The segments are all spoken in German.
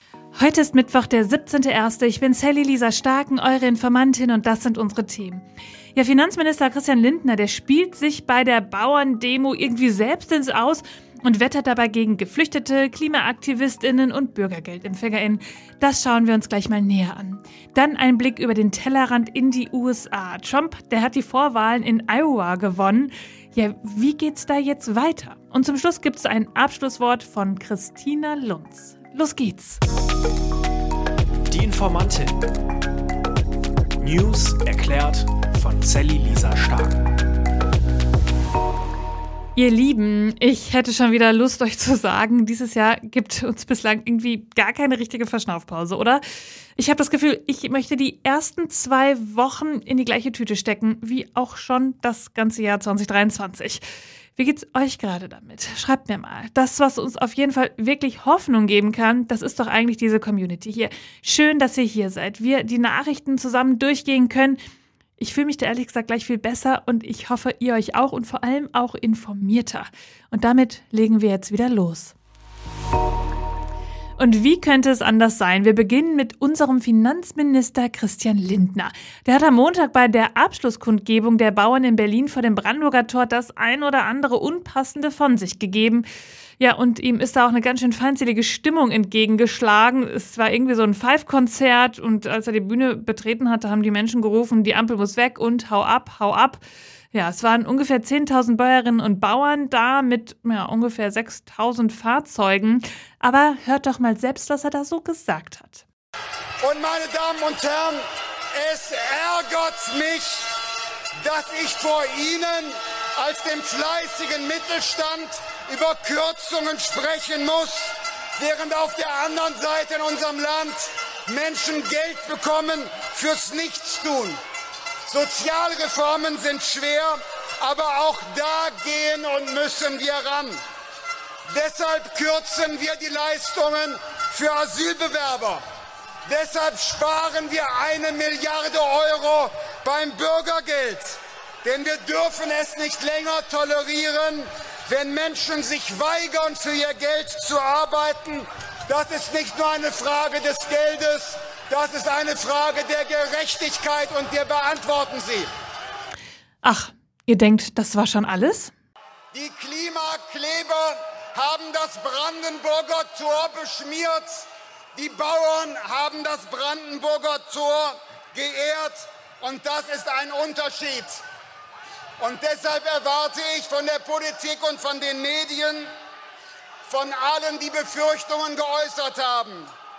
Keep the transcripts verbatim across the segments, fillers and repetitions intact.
Heute ist Mittwoch, der siebzehnter erste Ich bin Sally Lisa Starken, eure Informantin, und das sind unsere Themen. Ja, Finanzminister Christian Lindner, der spielt sich bei der Bauerndemo irgendwie selbst ins Aus und wettert dabei gegen Geflüchtete, KlimaaktivistInnen und BürgergeldempfängerInnen. Das schauen wir uns gleich mal näher an. Dann ein Blick über den Tellerrand in die U S A. Trump, der hat die Vorwahlen in Iowa gewonnen. Ja, wie geht's da jetzt weiter? Und zum Schluss gibt es ein Abschlusswort von Christina Lunz. Los geht's. Die Informantin. News erklärt von Sally Lisa Starken. Ihr Lieben, ich hätte schon wieder Lust, euch zu sagen, dieses Jahr gibt uns bislang irgendwie gar keine richtige Verschnaufpause, oder? Ich habe das Gefühl, ich möchte die ersten zwei Wochen in die gleiche Tüte stecken, wie auch schon das ganze Jahr zwanzig dreiundzwanzig. Wie geht's euch gerade damit? Schreibt mir mal. Das, was uns auf jeden Fall wirklich Hoffnung geben kann, das ist doch eigentlich diese Community hier. Schön, dass ihr hier seid. Wir die Nachrichten zusammen durchgehen können. Ich fühle mich da ehrlich gesagt gleich viel besser und ich hoffe, ihr euch auch und vor allem auch informierter. Und damit legen wir jetzt wieder los. Und wie könnte es anders sein? Wir beginnen mit unserem Finanzminister Christian Lindner. Der hat am Montag bei der Abschlusskundgebung der Bauern in Berlin vor dem Brandenburger Tor das ein oder andere Unpassende von sich gegeben. Ja, und ihm ist da auch eine ganz schön feindselige Stimmung entgegengeschlagen. Es war irgendwie so ein Five-Konzert und als er die Bühne betreten hatte, haben die Menschen gerufen, die Ampel muss weg und hau ab, hau ab. Ja, es waren ungefähr zehntausend Bäuerinnen und Bauern da mit ja, ungefähr sechstausend Fahrzeugen. Aber hört doch mal selbst, was er da so gesagt hat. Und meine Damen und Herren, es ärgert mich, dass ich vor Ihnen als dem fleißigen Mittelstand über Kürzungen sprechen muss, während auf der anderen Seite in unserem Land Menschen Geld bekommen fürs Nichtstun. Sozialreformen sind schwer, aber auch da gehen und müssen wir ran. Deshalb kürzen wir die Leistungen für Asylbewerber. Deshalb sparen wir eine Milliarde Euro beim Bürgergeld. Denn wir dürfen es nicht länger tolerieren, wenn Menschen sich weigern, für ihr Geld zu arbeiten. Das ist nicht nur eine Frage des Geldes, das ist eine Frage der Gerechtigkeit und wir beantworten sie. Ach, ihr denkt, das war schon alles? Die Klimakleber haben das Brandenburger Tor beschmiert. Die Bauern haben das Brandenburger Tor geehrt. Und das ist ein Unterschied. Und deshalb erwarte ich von der Politik und von den Medien, von allen, die Befürchtungen geäußert haben,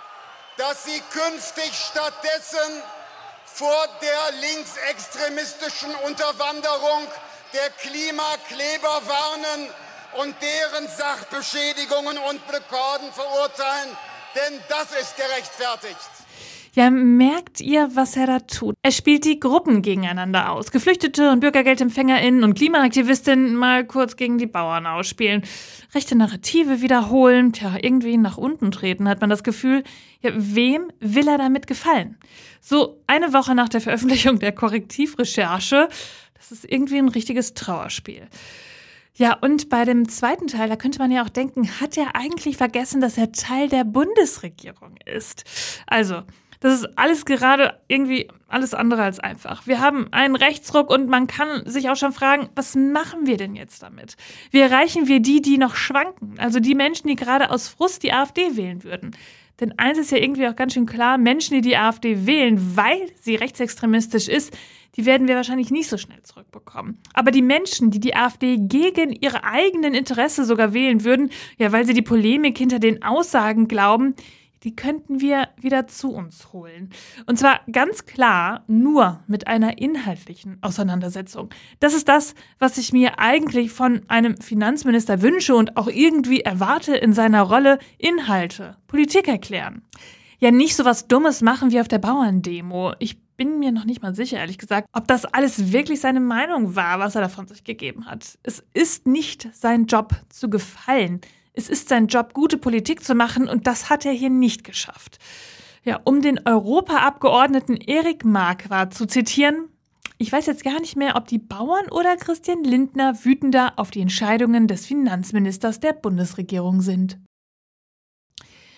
dass sie künftig stattdessen vor der linksextremistischen Unterwanderung der Klimakleber warnen und deren Sachbeschädigungen und Blockaden verurteilen, denn das ist gerechtfertigt. Ja, merkt ihr, was er da tut? Er spielt die Gruppen gegeneinander aus. Geflüchtete und BürgergeldempfängerInnen und KlimaaktivistInnen mal kurz gegen die Bauern ausspielen. Rechte Narrative wiederholen, tja, irgendwie nach unten treten, hat man das Gefühl. Ja, wem will er damit gefallen? So eine Woche nach der Veröffentlichung der Korrektivrecherche, das ist irgendwie ein richtiges Trauerspiel. Ja, und bei dem zweiten Teil, da könnte man ja auch denken, hat er eigentlich vergessen, dass er Teil der Bundesregierung ist? Also, das ist alles gerade irgendwie alles andere als einfach. Wir haben einen Rechtsruck und man kann sich auch schon fragen, was machen wir denn jetzt damit? Wie erreichen wir die, die noch schwanken? Also die Menschen, die gerade aus Frust die AfD wählen würden. Denn eins ist ja irgendwie auch ganz schön klar, Menschen, die die AfD wählen, weil sie rechtsextremistisch ist, die werden wir wahrscheinlich nicht so schnell zurückbekommen. Aber die Menschen, die die AfD gegen ihre eigenen Interesse sogar wählen würden, ja, weil sie die Polemik hinter den Aussagen glauben, die könnten wir wieder zu uns holen. Und zwar ganz klar nur mit einer inhaltlichen Auseinandersetzung. Das ist das, was ich mir eigentlich von einem Finanzminister wünsche und auch irgendwie erwarte in seiner Rolle: Inhalte, Politik erklären. Ja, nicht so was Dummes machen wie auf der Bauerndemo. Ich bin mir noch nicht mal sicher, ehrlich gesagt, ob das alles wirklich seine Meinung war, was er da von sich gegeben hat. Es ist nicht sein Job zu gefallen. Es ist sein Job, gute Politik zu machen, und das hat er hier nicht geschafft. Ja, um den Europaabgeordneten Erik Marquardt zu zitieren: Ich weiß jetzt gar nicht mehr, ob die Bauern oder Christian Lindner wütender auf die Entscheidungen des Finanzministers der Bundesregierung sind.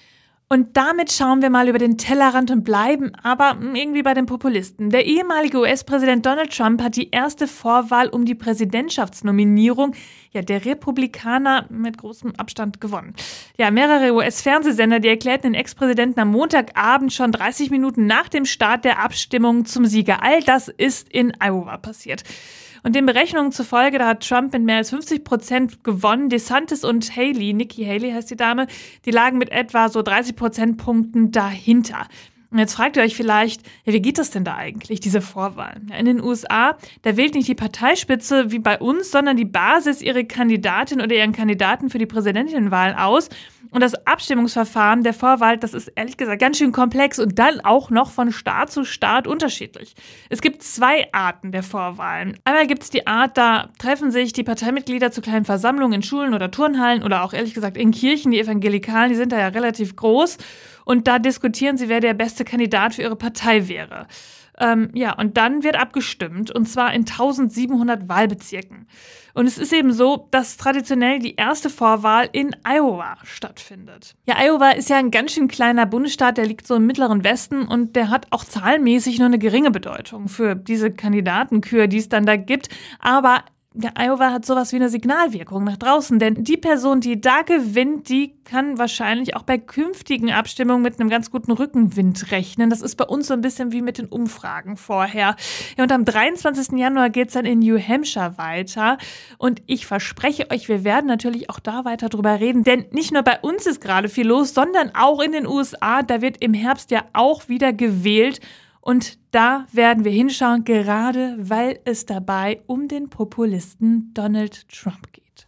Und damit schauen wir mal über den Tellerrand und bleiben aber irgendwie bei den Populisten. Der ehemalige U S-Präsident Donald Trump hat die erste Vorwahl um die Präsidentschaftsnominierung ja, der Republikaner mit großem Abstand gewonnen. Ja, mehrere U S-Fernsehsender, die erklärten den Ex-Präsidenten am Montagabend schon dreißig Minuten nach dem Start der Abstimmung zum Sieger. All das ist in Iowa passiert. Und den Berechnungen zufolge, da hat Trump mit mehr als fünfzig Prozent gewonnen. DeSantis und Haley, Nikki Haley heißt die Dame, die lagen mit etwa so dreißig Prozentpunkten dahinter. Und jetzt fragt ihr euch vielleicht, ja, wie geht das denn da eigentlich, diese Vorwahl? Ja, in den U S A, da wählt nicht die Parteispitze wie bei uns, sondern die Basis ihre Kandidatin oder ihren Kandidaten für die Präsidentinnenwahl aus. Und das Abstimmungsverfahren der Vorwahl, das ist ehrlich gesagt ganz schön komplex und dann auch noch von Staat zu Staat unterschiedlich. Es gibt zwei Arten der Vorwahlen. Einmal gibt es die Art, da treffen sich die Parteimitglieder zu kleinen Versammlungen in Schulen oder Turnhallen oder auch ehrlich gesagt in Kirchen. Die Evangelikalen, die sind da ja relativ groß. Und da diskutieren sie, wer der beste Kandidat für ihre Partei wäre. Ähm, ja, und dann wird abgestimmt, und zwar in eintausendsiebenhundert Wahlbezirken. Und es ist eben so, dass traditionell die erste Vorwahl in Iowa stattfindet. Ja, Iowa ist ja ein ganz schön kleiner Bundesstaat, der liegt so im mittleren Westen und der hat auch zahlenmäßig nur eine geringe Bedeutung für diese Kandidatenkür, die es dann da gibt. Aber ja, Iowa hat sowas wie eine Signalwirkung nach draußen, denn die Person, die da gewinnt, die kann wahrscheinlich auch bei künftigen Abstimmungen mit einem ganz guten Rückenwind rechnen. Das ist bei uns so ein bisschen wie mit den Umfragen vorher. Ja, und am dreiundzwanzigsten Januar geht's dann in New Hampshire weiter und ich verspreche euch, wir werden natürlich auch da weiter drüber reden, denn nicht nur bei uns ist gerade viel los, sondern auch in den U S A, da wird im Herbst ja auch wieder gewählt. Und da werden wir hinschauen, gerade weil es dabei um den Populisten Donald Trump geht.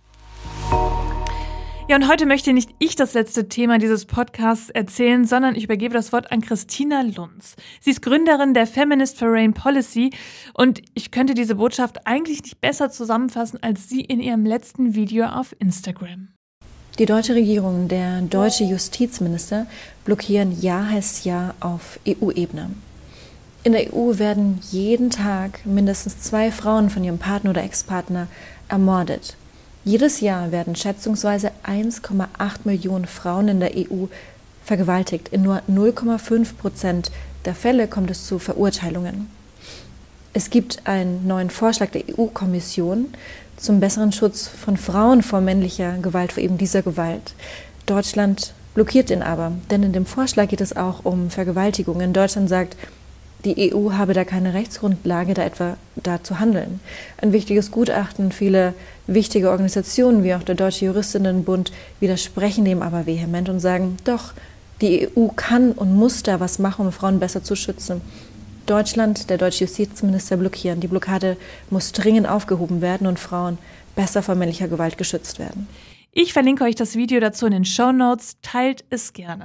Ja, und heute möchte nicht ich das letzte Thema dieses Podcasts erzählen, sondern ich übergebe das Wort an Christina Lunz. Sie ist Gründerin der Feminist Foreign Policy und ich könnte diese Botschaft eigentlich nicht besser zusammenfassen als sie in ihrem letzten Video auf Instagram. Die deutsche Regierung, der deutsche Justizminister blockieren Ja heißt Ja auf E U-Ebene. In der E U werden jeden Tag mindestens zwei Frauen von ihrem Partner oder Ex-Partner ermordet. Jedes Jahr werden schätzungsweise eins Komma acht Millionen Frauen in der E U vergewaltigt. In nur null Komma fünf Prozent der Fälle kommt es zu Verurteilungen. Es gibt einen neuen Vorschlag der E U-Kommission zum besseren Schutz von Frauen vor männlicher Gewalt, vor eben dieser Gewalt. Deutschland blockiert ihn aber, denn in dem Vorschlag geht es auch um Vergewaltigungen. Deutschland sagt, die E U habe da keine Rechtsgrundlage, da etwa da zu handeln. Ein wichtiges Gutachten, viele wichtige Organisationen wie auch der Deutsche Juristinnenbund widersprechen dem aber vehement und sagen, doch, die E U kann und muss da was machen, um Frauen besser zu schützen. Deutschland, der deutsche Justizminister blockieren. Die Blockade muss dringend aufgehoben werden und Frauen besser vor männlicher Gewalt geschützt werden. Ich verlinke euch das Video dazu in den Shownotes. Teilt es gerne.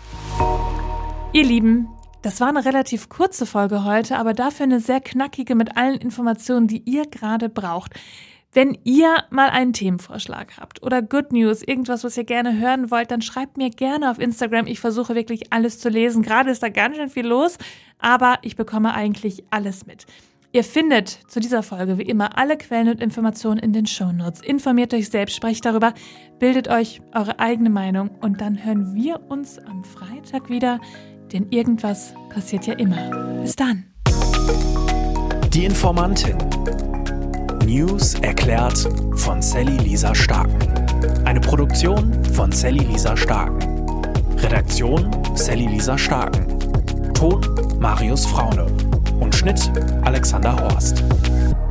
Ihr Lieben, das war eine relativ kurze Folge heute, aber dafür eine sehr knackige mit allen Informationen, die ihr gerade braucht. Wenn ihr mal einen Themenvorschlag habt oder Good News, irgendwas, was ihr gerne hören wollt, dann schreibt mir gerne auf Instagram. Ich versuche wirklich alles zu lesen. Gerade ist da ganz schön viel los, aber ich bekomme eigentlich alles mit. Ihr findet zu dieser Folge wie immer alle Quellen und Informationen in den Shownotes. Informiert euch selbst, sprecht darüber, bildet euch eure eigene Meinung und dann hören wir uns am Freitag wieder. Denn irgendwas passiert ja immer. Bis dann. Die Informantin. News erklärt von Sally Lisa Starken. Eine Produktion von Sally Lisa Starken. Redaktion Sally Lisa Starken. Ton Marius Fraune. Und Schnitt Alexander Horst.